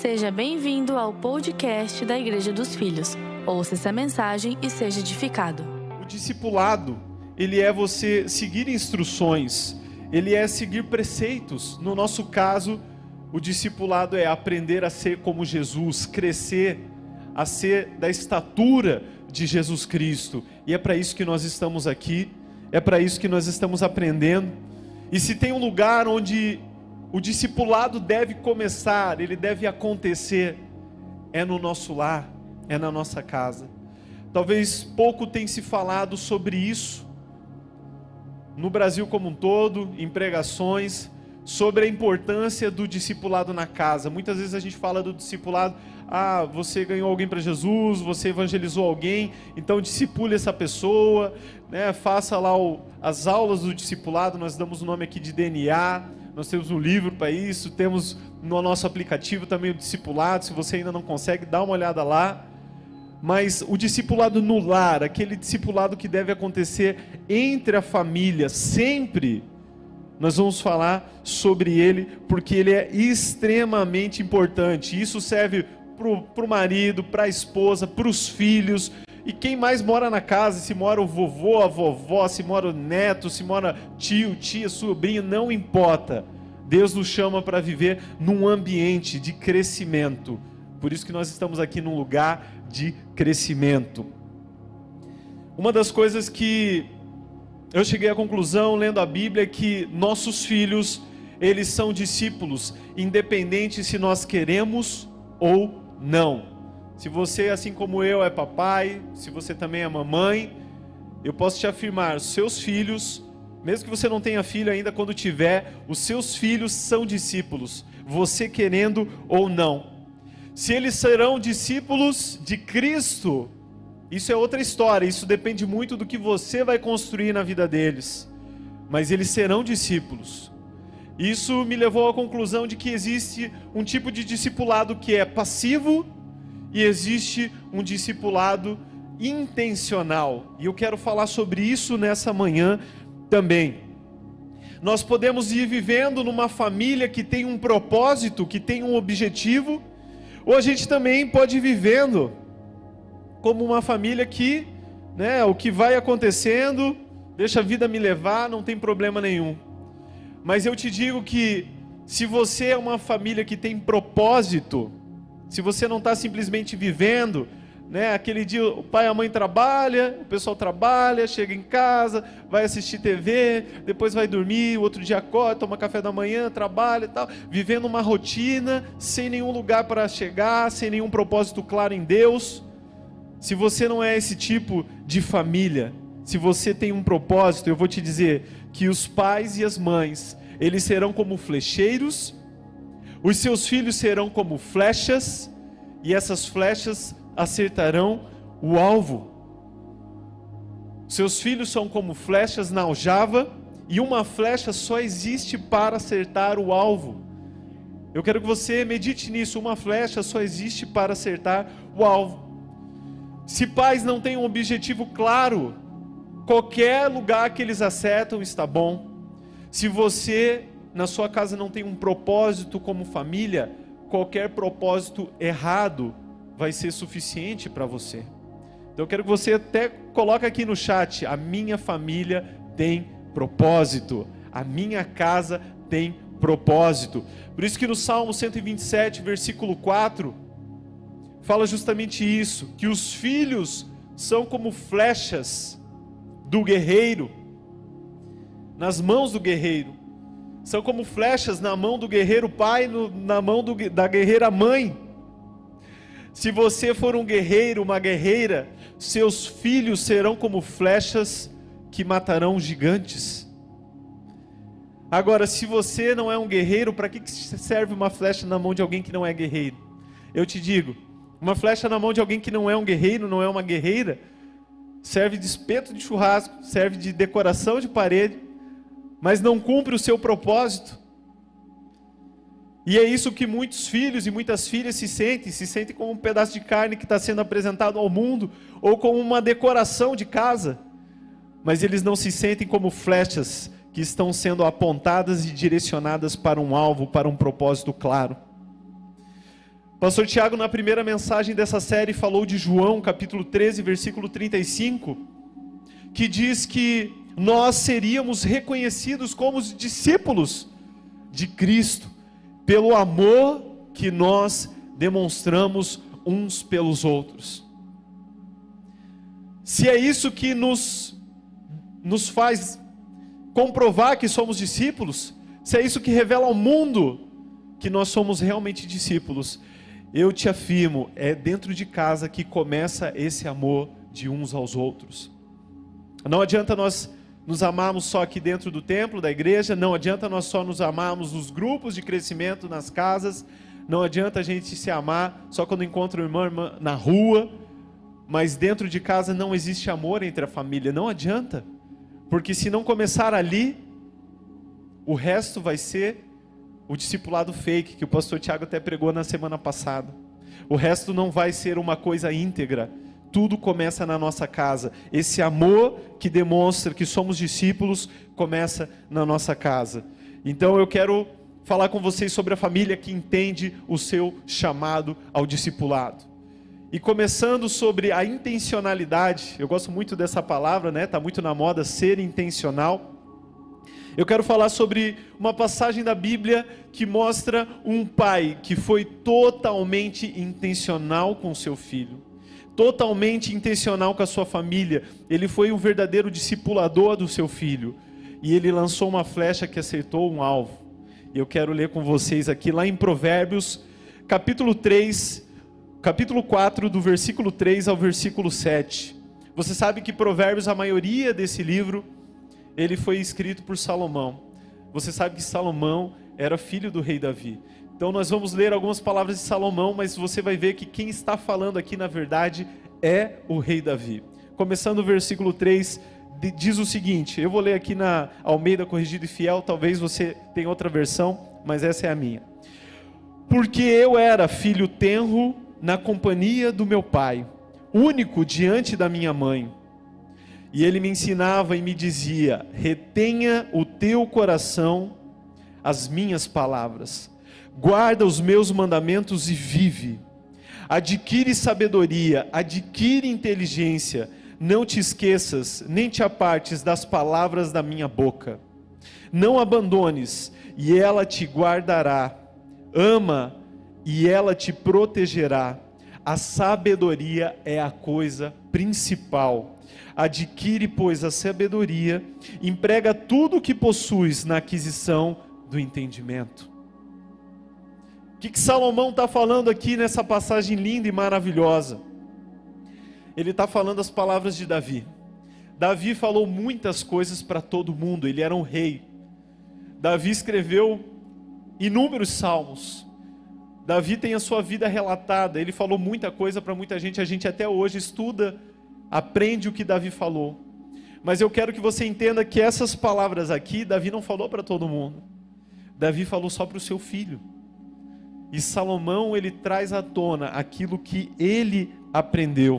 Seja bem-vindo ao podcast da Igreja dos Filhos. Ouça essa mensagem e seja edificado. O discipulado, ele é você seguir instruções, ele é seguir preceitos. No nosso caso, o discipulado é aprender a ser como Jesus, crescer, a ser da estatura de Jesus Cristo. E é para isso que nós estamos aqui, é para isso que nós estamos aprendendo. E se tem um lugar onde o discipulado deve começar, ele deve acontecer, é no nosso lar, é na nossa casa. Talvez pouco tenha se falado sobre isso no Brasil como um todo, em pregações, sobre a importância do discipulado na casa. Muitas vezes a gente fala do discipulado, você ganhou alguém para Jesus, você evangelizou alguém, então discipule essa pessoa, né? Faça lá as aulas do discipulado, nós damos o nome aqui de DNA, nós temos um livro para isso, temos no nosso aplicativo também o discipulado, se você ainda não consegue, dá uma olhada lá. Mas o discipulado no lar, aquele discipulado que deve acontecer entre a família, sempre, nós vamos falar sobre ele, porque ele é extremamente importante. Isso serve para o marido, para a esposa, para os filhos, e quem mais mora na casa, se mora o vovô, a vovó, se mora o neto, se mora tio, tia, sobrinho, não importa. Deus nos chama para viver num ambiente de crescimento. Por isso que nós estamos aqui num lugar de crescimento. Uma das coisas que eu cheguei à conclusão lendo a Bíblia é que nossos filhos, eles são discípulos, independente se nós queremos ou não. Se você, assim como eu, é papai, se você também é mamãe, eu posso te afirmar, os seus filhos, mesmo que você não tenha filho ainda, quando tiver, os seus filhos são discípulos, você querendo ou não. Se eles serão discípulos de Cristo, isso é outra história, isso depende muito do que você vai construir na vida deles, mas eles serão discípulos. Isso me levou à conclusão de que existe um tipo de discipulado que é passivo e existe um discipulado intencional. E eu quero falar sobre isso nessa manhã também. Nós podemos ir vivendo numa família que tem um propósito, que tem um objetivo, ou a gente também pode ir vivendo como uma família que, o que vai acontecendo, deixa a vida me levar, não tem problema nenhum. Mas eu te digo que se você é uma família que tem propósito, se você não está simplesmente vivendo, aquele dia o pai e a mãe trabalham, o pessoal trabalha, chega em casa, vai assistir TV, depois vai dormir, o outro dia acorda, toma café da manhã, trabalha e tal, vivendo uma rotina, sem nenhum lugar para chegar, sem nenhum propósito claro em Deus. Se você não é esse tipo de família, se você tem um propósito, eu vou te dizer que os pais e as mães, eles serão como flecheiros, os seus filhos serão como flechas, e essas flechas acertarão o alvo. Seus filhos são como flechas na aljava, e uma flecha só existe para acertar o alvo. Eu quero que você medite nisso, uma flecha só existe para acertar o alvo. Se pais não têm um objetivo claro, qualquer lugar que eles acertam está bom. Se você na sua casa não tem um propósito como família, qualquer propósito errado vai ser suficiente para você. Então eu quero que você até coloque aqui no chat, a minha família tem propósito, a minha casa tem propósito. Por isso que no Salmo 127, versículo 4, fala justamente isso, que os filhos são como flechas do guerreiro, nas mãos do guerreiro. São como flechas na mão do guerreiro pai, na mão da guerreira mãe. Se você for um guerreiro, uma guerreira, seus filhos serão como flechas que matarão gigantes. Agora, se você não é um guerreiro, para que serve uma flecha na mão de alguém que não é guerreiro? Eu te digo, uma flecha na mão de alguém que não é um guerreiro, não é uma guerreira, serve de espeto de churrasco, serve de decoração de parede, mas não cumpre o seu propósito. E é isso que muitos filhos e muitas filhas se sentem como um pedaço de carne que está sendo apresentado ao mundo, ou como uma decoração de casa, mas eles não se sentem como flechas que estão sendo apontadas e direcionadas para um alvo, para um propósito claro. Pastor Tiago, na primeira mensagem dessa série, falou de João, capítulo 13, versículo 35, que diz que nós seríamos reconhecidos como os discípulos de Cristo, pelo amor que nós demonstramos uns pelos outros. Se é isso que nos faz comprovar que somos discípulos, se é isso que revela ao mundo que nós somos realmente discípulos, eu te afirmo, é dentro de casa que começa esse amor de uns aos outros. Não adianta nós nos amarmos só aqui dentro do templo, da igreja, não adianta nós só nos amarmos nos grupos de crescimento, nas casas, não adianta a gente se amar só quando encontra o irmão na rua, mas dentro de casa não existe amor entre a família, não adianta, porque se não começar ali, o resto vai ser o discipulado fake, que o pastor Tiago até pregou na semana passada. O resto não vai ser uma coisa íntegra. Tudo começa na nossa casa. Esse amor que demonstra que somos discípulos começa na nossa casa. Então eu quero falar com vocês sobre a família que entende o seu chamado ao discipulado. E começando sobre a intencionalidade, eu gosto muito dessa palavra, né? Está muito na moda ser intencional. Eu quero falar sobre uma passagem da Bíblia que mostra um pai que foi totalmente intencional com seu filho, totalmente intencional com a sua família. Ele foi um verdadeiro discipulador do seu filho, e ele lançou uma flecha que acertou um alvo. E eu quero ler com vocês aqui, lá em Provérbios, capítulo 4, do versículo 3 ao versículo 7. Você sabe que Provérbios, a maioria desse livro, ele foi escrito por Salomão. Você sabe que Salomão era filho do rei Davi. Então nós vamos ler algumas palavras de Salomão, mas você vai ver que quem está falando aqui na verdade é o rei Davi. Começando o versículo 3, diz o seguinte, eu vou ler aqui na Almeida Corrigida e Fiel, talvez você tenha outra versão, mas essa é a minha. Porque eu era filho tenro na companhia do meu pai, único diante da minha mãe. E ele me ensinava e me dizia, retenha o teu coração as minhas palavras, guarda os meus mandamentos e vive. Adquire sabedoria, adquire inteligência, não te esqueças, nem te apartes das palavras da minha boca. Não abandones, e ela te guardará. Ama, e ela te protegerá. A sabedoria é a coisa principal. Adquire, pois, a sabedoria, emprega tudo o que possuis na aquisição do entendimento. O que Salomão está falando aqui nessa passagem linda e maravilhosa? Ele está falando as palavras de Davi. Davi falou muitas coisas para todo mundo, ele era um rei. Davi escreveu inúmeros salmos. Davi tem a sua vida relatada, ele falou muita coisa para muita gente, a gente até hoje estuda, aprende o que Davi falou. Mas eu quero que você entenda que essas palavras aqui, Davi não falou para todo mundo. Davi falou só para o seu filho. E Salomão, ele traz à tona aquilo que ele aprendeu.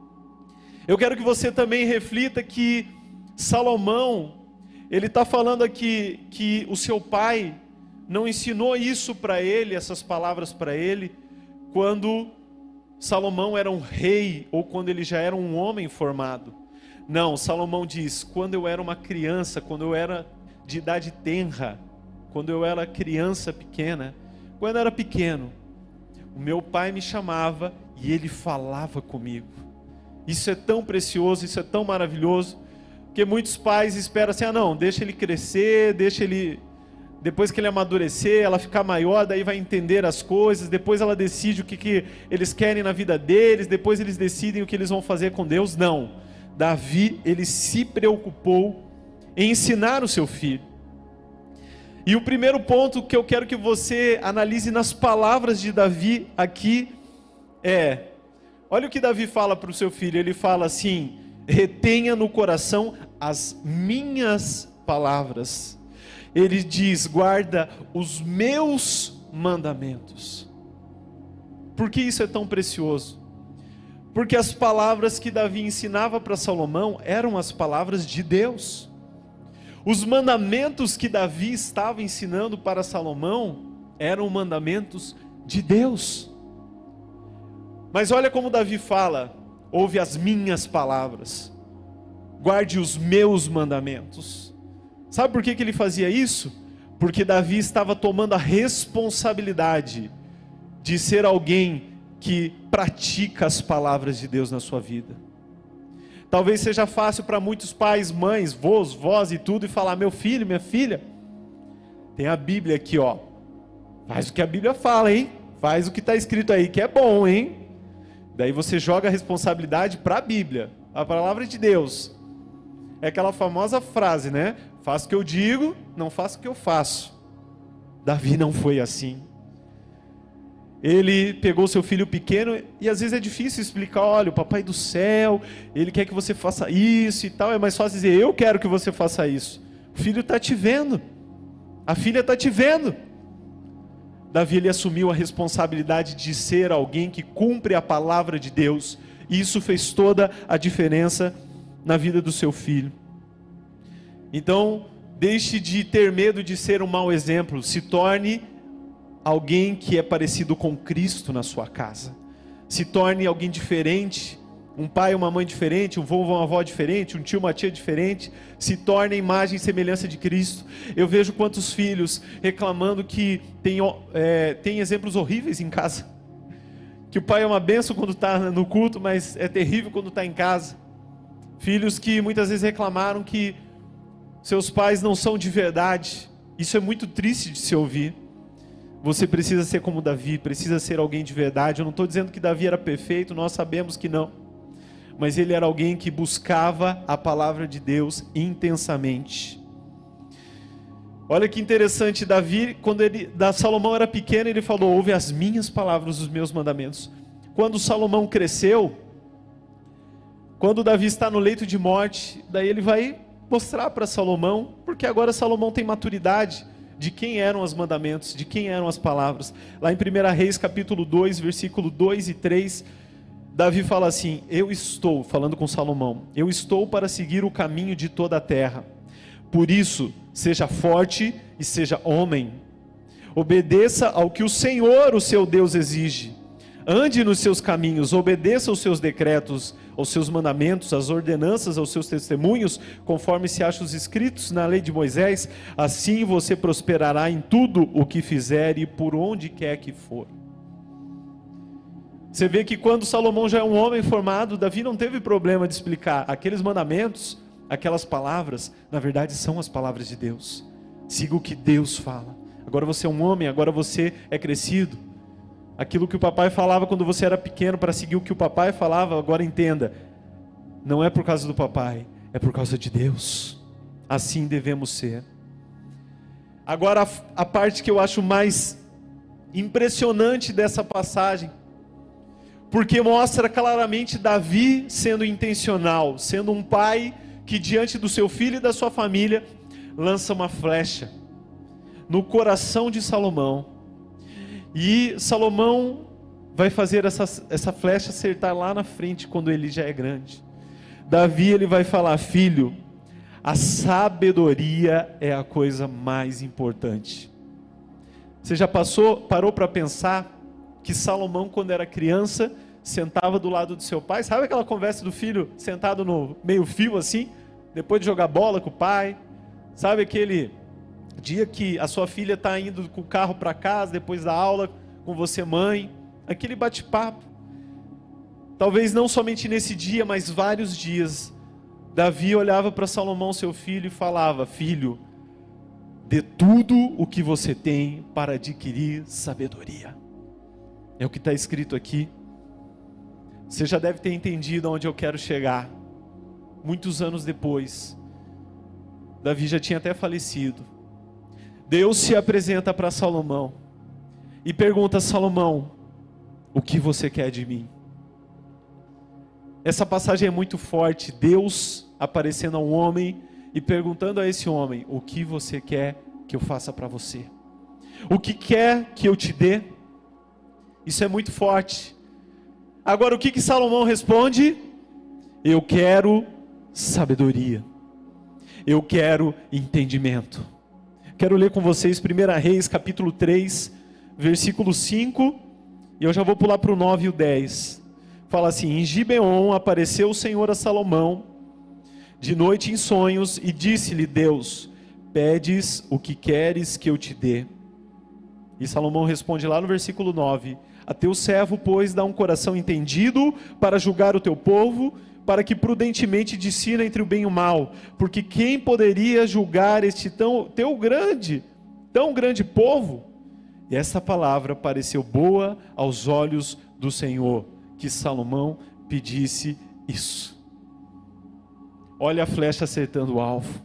Eu quero que você também reflita que Salomão, ele está falando aqui que o seu pai não ensinou isso para ele, essas palavras para ele, quando Salomão era um rei, ou quando ele já era um homem formado. Não, Salomão diz, quando eu era uma criança, quando eu era de idade tenra, quando eu era criança pequena, quando eu era pequeno, o meu pai me chamava e ele falava comigo. Isso é tão precioso, isso é tão maravilhoso, porque muitos pais esperam assim, não, deixa ele crescer, deixa ele... Depois que ele amadurecer, ela ficar maior, daí vai entender as coisas, depois ela decide o que eles querem na vida deles, depois eles decidem o que eles vão fazer com Deus. Não, Davi, ele se preocupou em ensinar o seu filho. E o primeiro ponto que eu quero que você analise nas palavras de Davi aqui é, olha o que Davi fala para o seu filho, ele fala assim, retenha no coração as minhas palavras. Ele diz, guarda os meus mandamentos. Por que isso é tão precioso? Porque as palavras que Davi ensinava para Salomão eram as palavras de Deus. Os mandamentos que Davi estava ensinando para Salomão eram mandamentos de Deus. Mas olha como Davi fala: ouve as minhas palavras, guarde os meus mandamentos. Sabe por que ele fazia isso? Porque Davi estava tomando a responsabilidade de ser alguém que pratica as palavras de Deus na sua vida. Talvez seja fácil para muitos pais, mães, vós e tudo, e falar: meu filho, minha filha, tem a Bíblia aqui, ó. Faz o que a Bíblia fala, hein? Faz o que está escrito aí, que é bom, hein? Daí você joga a responsabilidade para a Bíblia, a palavra de Deus. É aquela famosa frase, né? Faço o que eu digo, não faço o que eu faço. Davi não foi assim. Ele pegou seu filho pequeno, e às vezes é difícil explicar: olha, o papai do céu, ele quer que você faça isso e tal. É mais fácil dizer: eu quero que você faça isso. O filho está te vendo, a filha está te vendo. Davi, ele assumiu a responsabilidade de ser alguém que cumpre a palavra de Deus, e isso fez toda a diferença na vida do seu filho. Então, deixe de ter medo de ser um mau exemplo, se torne alguém que é parecido com Cristo na sua casa. Se torne alguém diferente, um pai, uma mãe diferente, um vô, uma avó diferente, um tio, uma tia diferente. Se torne a imagem e semelhança de Cristo. Eu vejo quantos filhos reclamando que tem exemplos horríveis em casa. Que o pai é uma bênção quando está no culto, mas é terrível quando está em casa. Filhos que muitas vezes reclamaram que seus pais não são de verdade. Isso é muito triste de se ouvir. Você precisa ser como Davi, precisa ser alguém de verdade. Eu não estou dizendo que Davi era perfeito, nós sabemos que não. Mas ele era alguém que buscava a palavra de Deus intensamente. Olha que interessante, Davi, Salomão era pequeno, ele falou: ouve as minhas palavras, os meus mandamentos. Quando Salomão cresceu, quando Davi está no leito de morte, daí ele vai mostrar para Salomão, porque agora Salomão tem maturidade de quem eram os mandamentos, de quem eram as palavras. Lá em 1 Reis capítulo 2, versículo 2 e 3, Davi fala assim: eu estou, falando com Salomão, eu estou para seguir o caminho de toda a terra. Por isso, seja forte e seja homem. Obedeça ao que o Senhor, o seu Deus, exige. Ande nos seus caminhos, obedeça aos seus decretos, aos seus mandamentos, às ordenanças, aos seus testemunhos, conforme se acham os escritos na lei de Moisés. Assim você prosperará em tudo o que fizer e por onde quer que for. Você vê que quando Salomão já é um homem formado, Davi não teve problema de explicar aqueles mandamentos, aquelas palavras, na verdade são as palavras de Deus. Siga o que Deus fala. Agora você é um homem, agora você é crescido. Aquilo que o papai falava quando você era pequeno, para seguir o que o papai falava, agora entenda, não é por causa do papai, é por causa de Deus. Assim devemos ser. Agora a parte que eu acho mais impressionante dessa passagem, porque mostra claramente Davi sendo intencional, sendo um pai que diante do seu filho e da sua família, lança uma flecha no coração de Salomão. E Salomão vai fazer essa flecha acertar lá na frente, quando ele já é grande. Davi, ele vai falar: filho, a sabedoria é a coisa mais importante. Você já parou para pensar que Salomão, quando era criança, sentava do lado do seu pai? Sabe aquela conversa do filho sentado no meio fio assim, depois de jogar bola com o pai? Sabe aquele dia que a sua filha está indo com o carro para casa, depois da aula, com você, mãe? Aquele bate-papo. Talvez não somente nesse dia, mas vários dias, Davi olhava para Salomão, seu filho, e falava: filho, dê tudo o que você tem para adquirir sabedoria. É o que está escrito aqui. Você já deve ter entendido aonde eu quero chegar. Muitos anos depois, Davi já tinha até falecido. Deus se apresenta para Salomão e pergunta: Salomão, o que você quer de mim? Essa passagem é muito forte. Deus aparecendo a um homem e perguntando a esse homem: o que você quer que eu faça para você? O que quer que eu te dê? Isso é muito forte. Agora, o que Salomão responde? Eu quero sabedoria. Eu quero entendimento. Quero ler com vocês 1 Reis capítulo 3, versículo 5 E eu já vou pular para o 9 e o 10. Fala assim: em Gibeon apareceu o Senhor a Salomão de noite em sonhos e disse-lhe Deus: pedes o que queres que eu te dê? E Salomão responde lá no versículo 9: a teu servo, pois, dá um coração entendido para julgar o teu povo, para que prudentemente discina entre o bem e o mal. Porque quem poderia julgar este tão grande povo? E essa palavra pareceu boa aos olhos do Senhor, que Salomão pedisse isso. Olha a flecha acertando o alvo.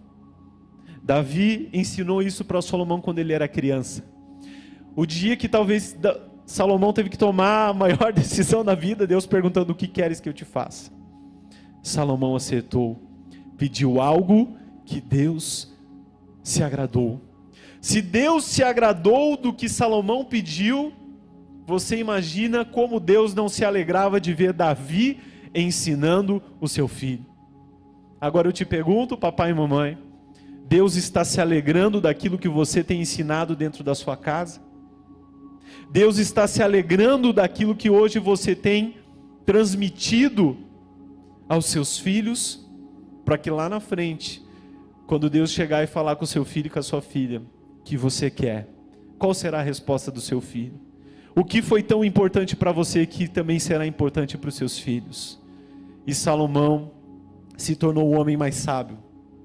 Davi ensinou isso para Salomão quando ele era criança. O dia que talvez Salomão teve que tomar a maior decisão da vida, Deus perguntando: o que queres que eu te faça? Salomão acertou, pediu algo que Deus se agradou. Se Deus se agradou do que Salomão pediu, você imagina como Deus não se alegrava de ver Davi ensinando o seu filho. Agora eu te pergunto, papai e mamãe, Deus está se alegrando daquilo que você tem ensinado dentro da sua casa? Deus está se alegrando daquilo que hoje você tem transmitido aos seus filhos, para que lá na frente, quando Deus chegar e falar com o seu filho e com a sua filha, o que você quer? Qual será a resposta do seu filho? O que foi tão importante para você que também será importante para os seus filhos? E Salomão se tornou o homem mais sábio.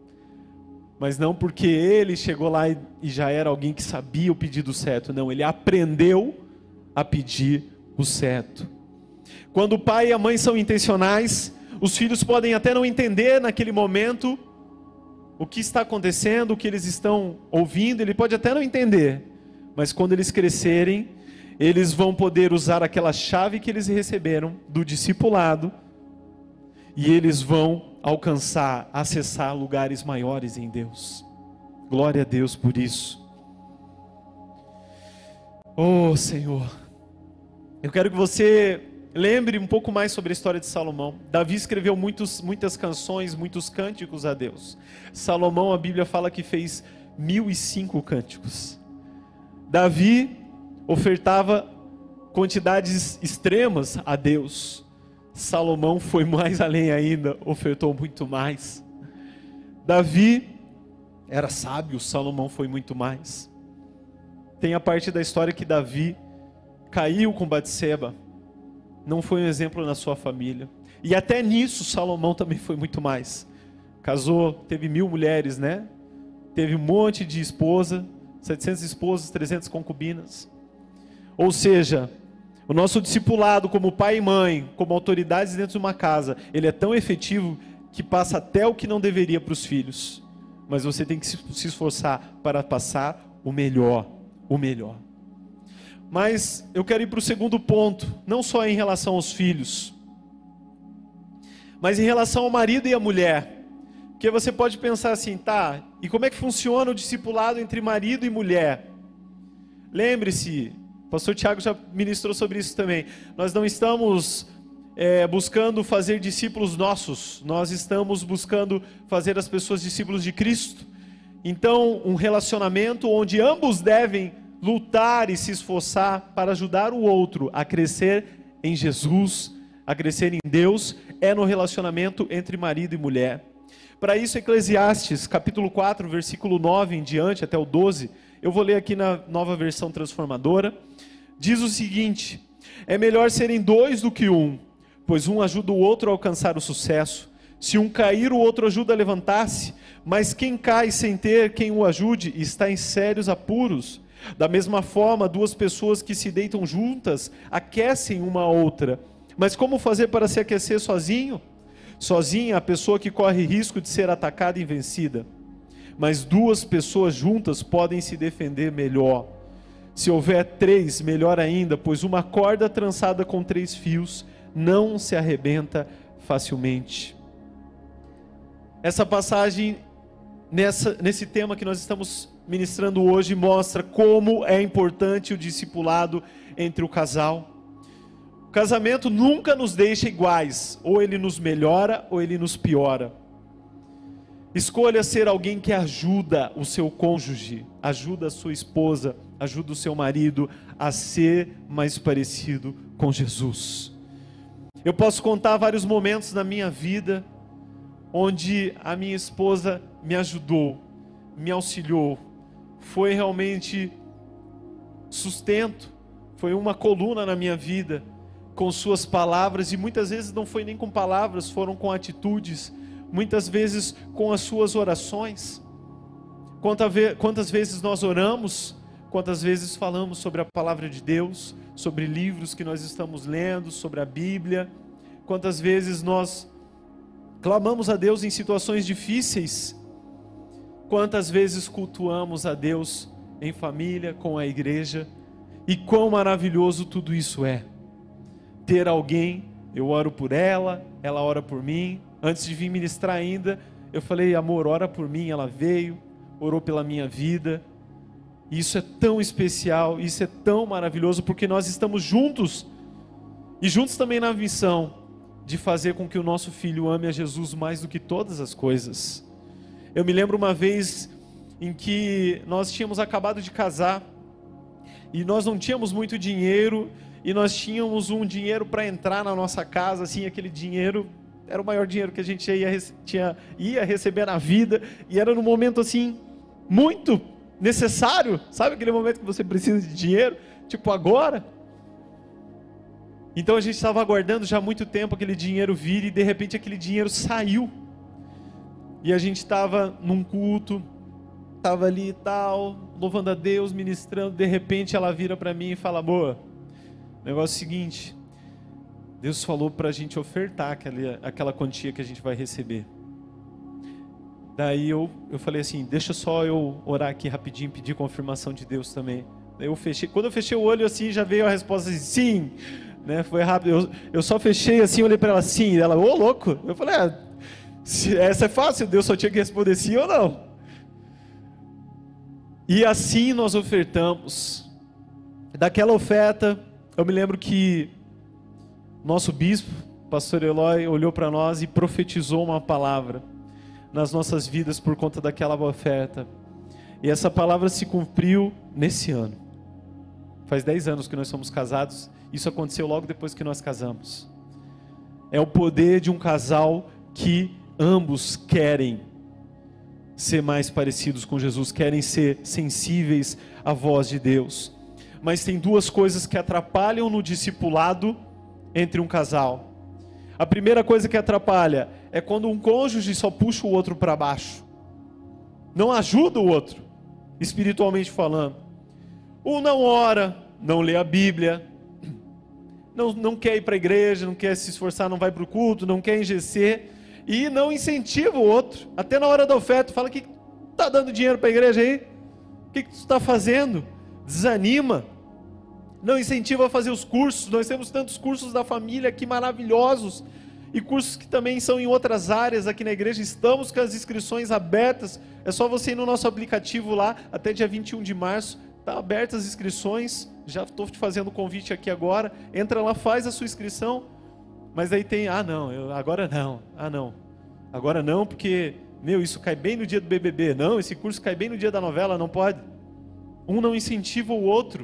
Mas não porque ele chegou lá e já era alguém que sabia o pedido certo. Não, ele aprendeu a pedir o certo. Quando o pai e a mãe são intencionais, os filhos podem até não entender naquele momento o que está acontecendo, o que eles estão ouvindo, ele pode até não entender. Mas quando eles crescerem, eles vão poder usar aquela chave que eles receberam do discipulado, e eles vão alcançar, acessar lugares maiores em Deus. Glória a Deus por isso. Oh Senhor, eu quero que você lembre um pouco mais sobre a história de Salomão. Davi escreveu muitas canções, muitos cânticos a Deus. Salomão, a Bíblia fala que fez 1005 cânticos. Davi ofertava quantidades extremas a Deus. Salomão foi mais além ainda, ofertou muito mais. Davi era sábio, Salomão foi muito mais. Tem a parte da história que Davi caiu com Batseba. Não foi um exemplo na sua família. E até nisso Salomão também foi muito mais. Casou, teve 1000 mulheres, né? Teve um monte de esposa, 700 esposas, 300 concubinas. Ou seja, o nosso discipulado como pai e mãe, como autoridades dentro de uma casa, ele é tão efetivo que passa até o que não deveria para os filhos. Mas você tem que se esforçar para passar o melhor, o melhor. Mas eu quero ir para o segundo ponto, não só em relação aos filhos, mas em relação ao marido e à mulher. Porque você pode pensar assim, tá, e como é que funciona o discipulado entre marido e mulher? Lembre-se, o pastor Tiago já ministrou sobre isso também. Nós não estamos buscando fazer discípulos nossos, nós estamos buscando fazer as pessoas discípulos de Cristo. Então, um relacionamento onde ambos devem lutar e se esforçar para ajudar o outro a crescer em Jesus, a crescer em Deus, é no relacionamento entre marido e mulher. Para isso, Eclesiastes, capítulo 4, versículo 9 em diante, até o 12, eu vou ler aqui na Nova Versão Transformadora, diz o seguinte: é melhor serem 2 do que 1, pois um ajuda o outro a alcançar o sucesso. Se um cair, o outro ajuda a levantar-se, mas quem cai sem ter quem o ajude, está em sérios apuros. Da mesma forma, 2 pessoas que se deitam juntas, aquecem uma a outra. Mas como fazer para se aquecer sozinho? Sozinha, a pessoa que corre risco de ser atacada e vencida. Mas 2 pessoas juntas podem se defender melhor. Se houver 3, melhor ainda, pois uma corda trançada com 3 fios não se arrebenta facilmente. Essa passagem, nesse tema que nós estamos ministrando hoje, mostra como é importante o discipulado entre o casal. O casamento nunca nos deixa iguais, ou ele nos melhora ou ele nos piora. Escolha ser alguém que ajuda o seu cônjuge, ajuda a sua esposa Ajuda o seu marido a ser mais parecido com Jesus. Eu posso contar vários momentos na minha vida onde a minha esposa me ajudou, me auxiliou. Foi realmente sustento, foi uma coluna na minha vida, com suas palavras, e muitas vezes não foi nem com palavras, foram com atitudes, muitas vezes com as suas orações. Quantas vezes nós oramos, quantas vezes falamos sobre a palavra de Deus, sobre livros que nós estamos lendo, sobre a Bíblia, quantas vezes nós clamamos a Deus em situações difíceis, quantas vezes cultuamos a Deus em família, com a igreja, e quão maravilhoso tudo isso é. Ter alguém, eu oro por ela, ela ora por mim. Antes de vir ministrar ainda, eu falei, amor, ora por mim. Ela veio, orou pela minha vida. E isso é tão especial, isso é tão maravilhoso, porque nós estamos juntos, e juntos também na missão de fazer com que o nosso filho ame a Jesus mais do que todas as coisas. Eu me lembro uma vez em que nós tínhamos acabado de casar, e nós não tínhamos muito dinheiro, e nós tínhamos um dinheiro para entrar na nossa casa, assim, aquele dinheiro era o maior dinheiro que a gente ia receber na vida, e era num momento assim, muito necessário, sabe aquele momento que você precisa de dinheiro, tipo agora? Então a gente estava aguardando já há muito tempo aquele dinheiro vir, e de repente aquele dinheiro saiu, e a gente estava num culto, estava ali e tal, louvando a Deus, ministrando, de repente ela vira para mim e fala, amor, o negócio é o seguinte, Deus falou para a gente ofertar aquela quantia que a gente vai receber. Daí eu falei assim, deixa só eu orar aqui rapidinho, pedir confirmação de Deus também. Daí quando eu fechei o olho assim, já veio a resposta assim, sim, né? Foi rápido, eu só fechei assim, olhei para ela assim, ela, ô louco, eu falei, essa é fácil, Deus só tinha que responder sim ou não. E assim nós ofertamos. Daquela oferta, eu me lembro que nosso bispo, pastor Eloy, olhou para nós e profetizou uma palavra nas nossas vidas por conta daquela oferta. E essa palavra se cumpriu nesse ano. Faz 10 anos que nós somos casados. Isso aconteceu logo depois que nós casamos. É o poder de um casal que ambos querem ser mais parecidos com Jesus, querem ser sensíveis à voz de Deus. Mas tem duas coisas que atrapalham no discipulado entre um casal. A primeira coisa que atrapalha é quando um cônjuge só puxa o outro para baixo, não ajuda o outro, espiritualmente falando. Um não ora, não lê a Bíblia, não quer ir para a igreja, não quer se esforçar, não vai para o culto, não quer engecer, e não incentiva o outro. Até na hora da oferta, fala que está dando dinheiro para a igreja aí? O que tu está fazendo? Desanima. Não incentiva a fazer os cursos. Nós temos tantos cursos da família aqui maravilhosos, e cursos que também são em outras áreas aqui na igreja. Estamos com as inscrições abertas. É só você ir no nosso aplicativo lá, até dia 21 de março. Está abertas as inscrições. Já estou te fazendo o convite aqui agora. Entra lá, faz a sua inscrição. Mas aí tem, agora não, porque, isso cai bem no dia do BBB. Não, esse curso cai bem no dia da novela, não pode. Um não incentiva o outro.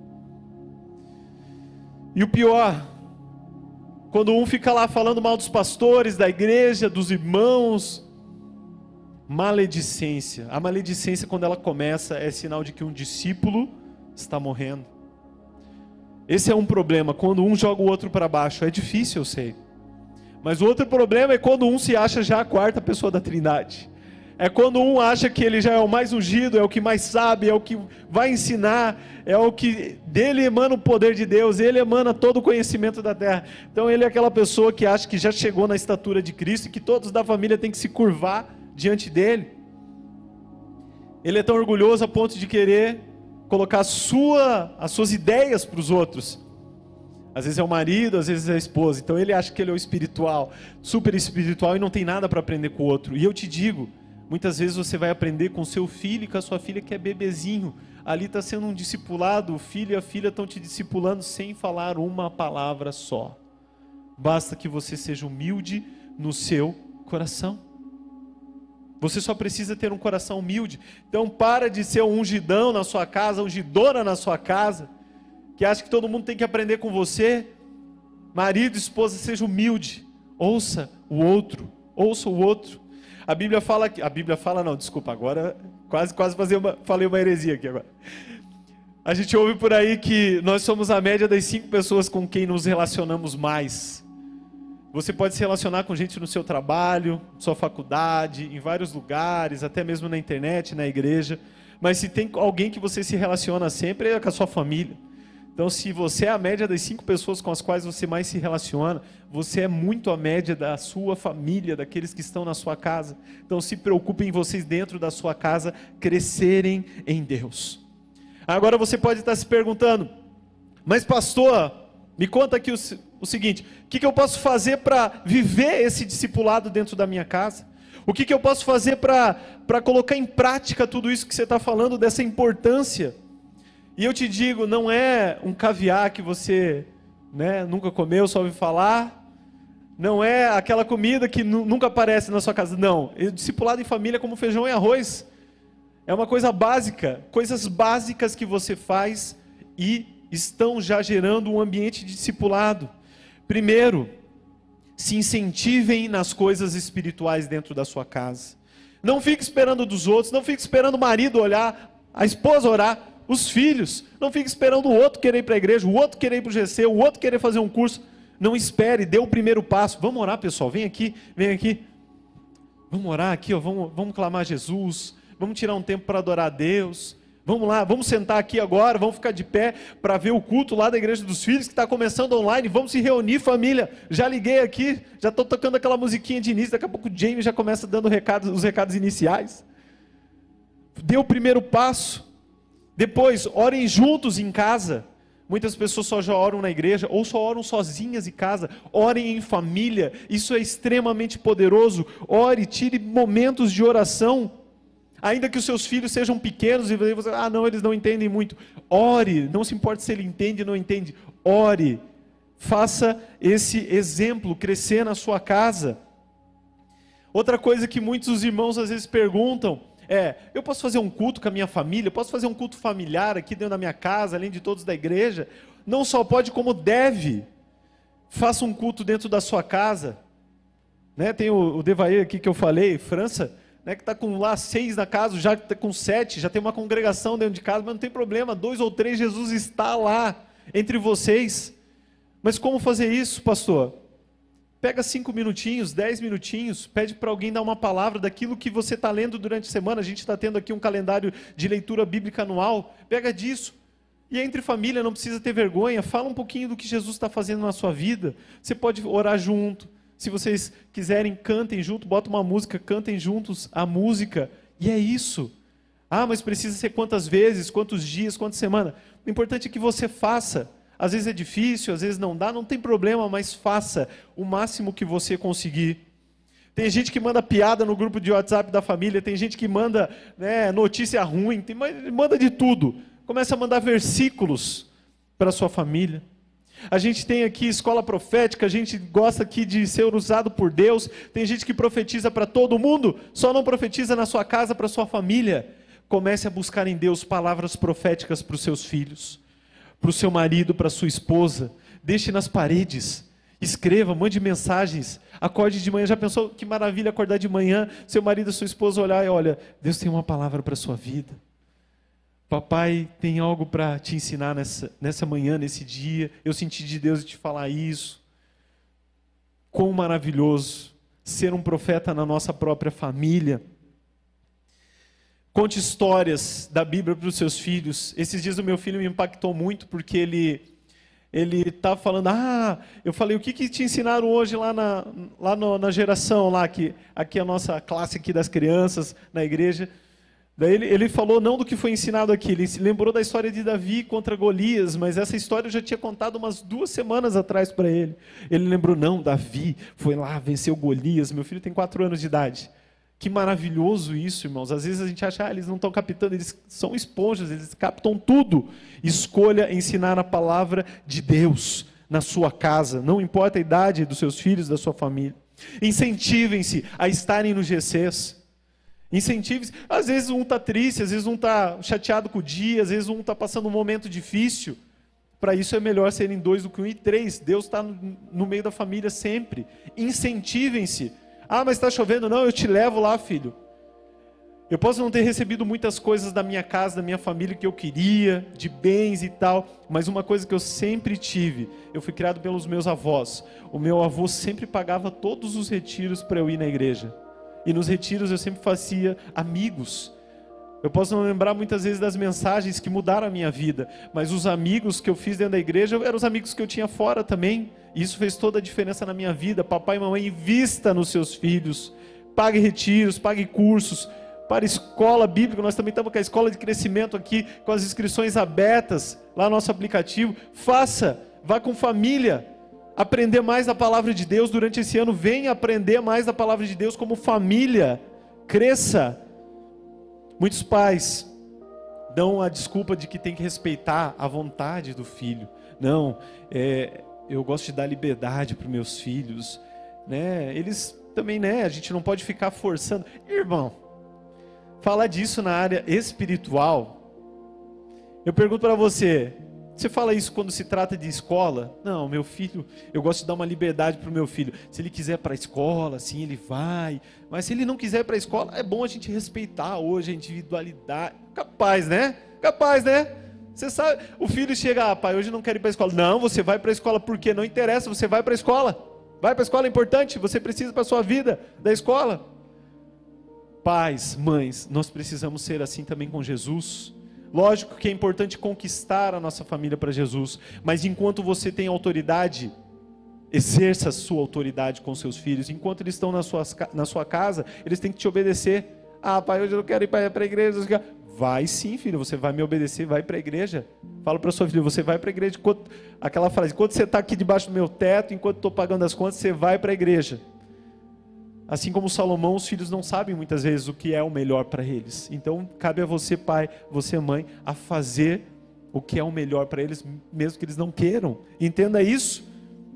E o pior, quando um fica lá falando mal dos pastores, da igreja, dos irmãos, maledicência. A maledicência, quando ela começa, é sinal de que um discípulo está morrendo. Esse é um problema, quando um joga o outro para baixo. É difícil, eu sei. Mas o outro problema é quando um se acha já a quarta pessoa da Trindade. É quando um acha que ele já é o mais ungido, é o que mais sabe, é o que vai ensinar, é o que dele emana o poder de Deus, ele emana todo o conhecimento da terra. Então ele é aquela pessoa que acha que já chegou na estatura de Cristo e que todos da família têm que se curvar diante dele. Ele é tão orgulhoso a ponto de querer colocar as suas ideias para os outros. Às vezes é o marido, às vezes é a esposa. Então ele acha que ele é o espiritual, super espiritual, e não tem nada para aprender com o outro. E eu te digo, muitas vezes você vai aprender com seu filho e com a sua filha que é bebezinho. Ali está sendo um discipulado, o filho e a filha estão te discipulando sem falar uma palavra só. Basta que você seja humilde no seu coração. Você só precisa ter um coração humilde. Então para de ser um ungidão na sua casa, ungidora na sua casa, que acha que todo mundo tem que aprender com você. Marido, esposa, seja humilde. Ouça o outro. Ouça o outro. A Bíblia fala que... A Bíblia fala não, desculpa, agora quase falei uma heresia aqui agora. A gente ouve por aí que nós somos a média das 5 pessoas com quem nos relacionamos mais. Você pode se relacionar com gente no seu trabalho, sua faculdade, em vários lugares, até mesmo na internet, na igreja. Mas se tem alguém que você se relaciona sempre, é com a sua família. Então, se você é a média das 5 pessoas com as quais você mais se relaciona, você é muito a média da sua família, daqueles que estão na sua casa. Então, se preocupem vocês dentro da sua casa crescerem em Deus. Agora você pode estar se perguntando, mas pastor, me conta aqui o seguinte, o que eu posso fazer para viver esse discipulado dentro da minha casa? O que eu posso fazer para colocar em prática tudo isso que você está falando, dessa importância? E eu te digo, não é um caviar que você nunca comeu, só ouviu falar. Não é aquela comida que nunca aparece na sua casa. Não, discipulado em família é como feijão e arroz. É uma coisa básica, coisas básicas que você faz e estão já gerando um ambiente de discipulado. Primeiro, se incentivem nas coisas espirituais dentro da sua casa. Não fique esperando dos outros, não fique esperando o marido olhar, a esposa orar, os filhos. Não fique esperando o outro querer ir para a igreja, o outro querer ir para o GC, o outro querer fazer um curso. Não espere, dê o primeiro passo. Vamos orar, pessoal, vem aqui. Vamos orar aqui, ó. Vamos clamar a Jesus, vamos tirar um tempo para adorar a Deus. Vamos lá, vamos sentar aqui agora, vamos ficar de pé para ver o culto lá da Igreja dos Filhos, que está começando online, vamos se reunir, família. Já liguei aqui, já estou tocando aquela musiquinha de início, daqui a pouco o James já começa dando os recados iniciais. Dê o primeiro passo. Depois, orem juntos em casa. Muitas pessoas só já oram na igreja, ou só oram sozinhas em casa. Orem em família, isso é extremamente poderoso. Ore, tire momentos de oração. Ainda que os seus filhos sejam pequenos e você, não, eles não entendem muito. Ore, não se importa se ele entende ou não entende. Ore, faça esse exemplo crescer na sua casa. Outra coisa que muitos irmãos às vezes perguntam é, eu posso fazer um culto com a minha família? Eu posso fazer um culto familiar aqui dentro da minha casa, além de todos da igreja? Não só pode, como deve. Faça um culto dentro da sua casa. Tem o Devair aqui que eu falei, França, que está com lá 6 na casa, já está com 7, já tem uma congregação dentro de casa, mas não tem problema, 2 ou 3, Jesus está lá entre vocês. Mas como fazer isso, pastor? Pega 5 minutinhos, 10 minutinhos, pede para alguém dar uma palavra daquilo que você está lendo durante a semana. A gente está tendo aqui um calendário de leitura bíblica anual, pega disso. E entre família, não precisa ter vergonha, fala um pouquinho do que Jesus está fazendo na sua vida. Você pode orar junto. Se vocês quiserem, cantem junto, bota uma música, cantem juntos a música. E é isso. Mas precisa ser quantas vezes, quantos dias, quantas semanas? O importante é que você faça. Às vezes é difícil, às vezes não dá, não tem problema, mas faça o máximo que você conseguir. Tem gente que manda piada no grupo de WhatsApp da família, tem gente que manda notícia ruim, manda de tudo. Começa a mandar versículos para a sua família. A gente tem aqui escola profética, a gente gosta aqui de ser usado por Deus. Tem gente que profetiza para todo mundo, só não profetiza na sua casa, para a sua família. Comece a buscar em Deus palavras proféticas para os seus filhos, para o seu marido, para a sua esposa. Deixe nas paredes, escreva, mande mensagens. Acorde de manhã, já pensou que maravilha acordar de manhã, seu marido, sua esposa olhar e olha, Deus tem uma palavra para a sua vida. Papai tem algo para te ensinar nessa manhã, nesse dia. Eu senti de Deus te falar isso. Quão maravilhoso ser um profeta na nossa própria família. Conte histórias da Bíblia para os seus filhos. Esses dias o meu filho me impactou muito porque ele estava falando, eu falei, o que te ensinaram hoje lá na geração, lá aqui a nossa classe aqui das crianças na igreja. Daí ele falou não do que foi ensinado aqui, ele se lembrou da história de Davi contra Golias, mas essa história eu já tinha contado umas 2 semanas atrás para ele. Ele lembrou, não, Davi foi lá, venceu Golias, meu filho tem 4 anos de idade. Que maravilhoso isso, irmãos. Às vezes a gente acha, eles não estão captando, eles são esponjas, eles captam tudo. Escolha ensinar a palavra de Deus na sua casa, não importa a idade dos seus filhos, da sua família. Incentivem-se a estarem nos GCs. Incentive-se. Às vezes um está triste, às vezes um está chateado com o dia, às vezes um está passando um momento difícil. Para isso é melhor serem 2 do que 1 e 3. Deus está no meio da família sempre. Incentivem-se. Ah, mas está chovendo? Não, eu te levo lá, filho. Eu posso não ter recebido muitas coisas da minha casa, da minha família que eu queria, de bens e tal, mas uma coisa que eu sempre tive, eu fui criado pelos meus avós. O meu avô sempre pagava todos os retiros para eu ir na igreja. E nos retiros eu sempre fazia amigos. Eu posso não lembrar muitas vezes das mensagens que mudaram a minha vida, mas os amigos que eu fiz dentro da igreja eram os amigos que eu tinha fora também. E isso fez toda a diferença na minha vida. Papai e mamãe, invista nos seus filhos. Pague retiros, pague cursos. Para a escola bíblica, nós também estamos com a escola de crescimento aqui, com as inscrições abertas, lá no nosso aplicativo. Faça, vá com família, aprender mais da palavra de Deus durante esse ano. Venha aprender mais da palavra de Deus como família. Cresça. Muitos pais dão a desculpa de que tem que respeitar a vontade do filho. Não, eu gosto de dar liberdade para os meus filhos. Né? Eles também, a gente não pode ficar forçando. Irmão, falar disso na área espiritual, eu pergunto para você fala isso quando se trata de escola? Não, meu filho, eu gosto de dar uma liberdade para o meu filho. Se ele quiser para a escola, sim, ele vai. Mas se ele não quiser para a escola, é bom a gente respeitar hoje a individualidade. Capaz, né? Você sabe, o filho chega, pai, hoje eu não quero ir para a escola. Não, você vai para a escola porque não interessa, você vai para a escola. Vai para a escola, é importante, você precisa para a sua vida da escola. Pais, mães, nós precisamos ser assim também com Jesus. Lógico que é importante conquistar a nossa família para Jesus, mas enquanto você tem autoridade, exerça a sua autoridade com seus filhos. Enquanto eles estão na sua casa, eles têm que te obedecer. Ah, pai, hoje eu não quero ir para a igreja. Vai sim, filho, você vai me obedecer, vai para a igreja. Fala para sua filha, você vai para a igreja. Aquela frase, enquanto você está aqui debaixo do meu teto, enquanto estou pagando as contas, você vai para a igreja. Assim como Salomão, os filhos não sabem muitas vezes o que é o melhor para eles. Então, cabe a você, pai, você, mãe, a fazer o que é o melhor para eles, mesmo que eles não queiram. Entenda isso.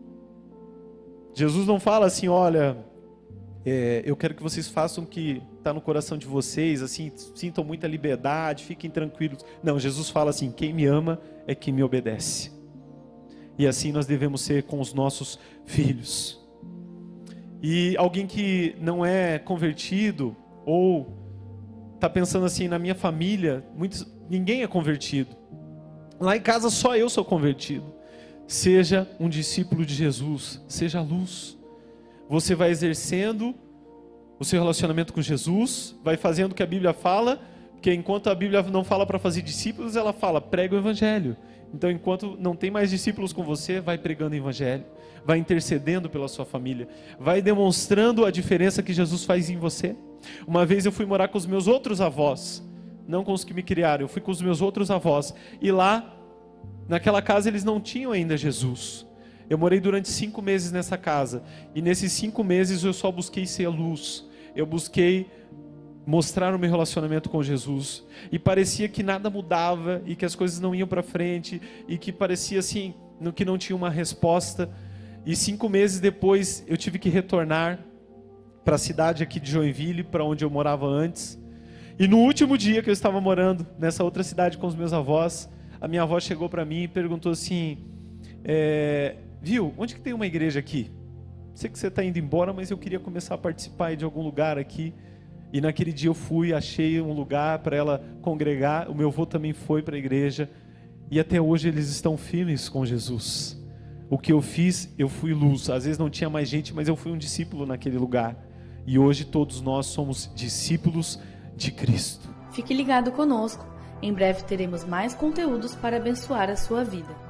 Jesus não fala assim, olha, eu quero que vocês façam o que está no coração de vocês, assim, sintam muita liberdade, fiquem tranquilos. Não, Jesus fala assim, quem me ama é quem me obedece. E assim nós devemos ser com os nossos filhos. E alguém que não é convertido, ou está pensando assim, na minha família, ninguém é convertido. Lá em casa só eu sou convertido. Seja um discípulo de Jesus, seja luz. Você vai exercendo o seu relacionamento com Jesus, vai fazendo o que a Bíblia fala, porque enquanto a Bíblia não fala para fazer discípulos, ela fala, prega o evangelho. Então, enquanto não tem mais discípulos com você, vai pregando o evangelho, vai intercedendo pela sua família, vai demonstrando a diferença que Jesus faz em você. Uma vez eu fui morar com os meus outros avós, não com os que me criaram, eu fui com os meus outros avós, e lá, naquela casa, eles não tinham ainda Jesus. Eu morei durante 5 meses nessa casa, e nesses 5 meses eu só busquei ser luz, eu busquei mostrar o meu relacionamento com Jesus, e parecia que nada mudava, e que as coisas não iam para frente, e que parecia assim, que não tinha uma resposta. E 5 meses depois eu tive que retornar para a cidade aqui de Joinville, para onde eu morava antes. E no último dia que eu estava morando nessa outra cidade com os meus avós, a minha avó chegou para mim e perguntou assim, viu, onde que tem uma igreja aqui? Sei que você está indo embora, mas eu queria começar a participar de algum lugar aqui. E naquele dia eu fui, achei um lugar para ela congregar. O meu avô também foi para a igreja. E até hoje eles estão firmes com Jesus. O que eu fiz, eu fui luz. Às vezes não tinha mais gente, mas eu fui um discípulo naquele lugar. E hoje todos nós somos discípulos de Cristo. Fique ligado conosco. Em breve teremos mais conteúdos para abençoar a sua vida.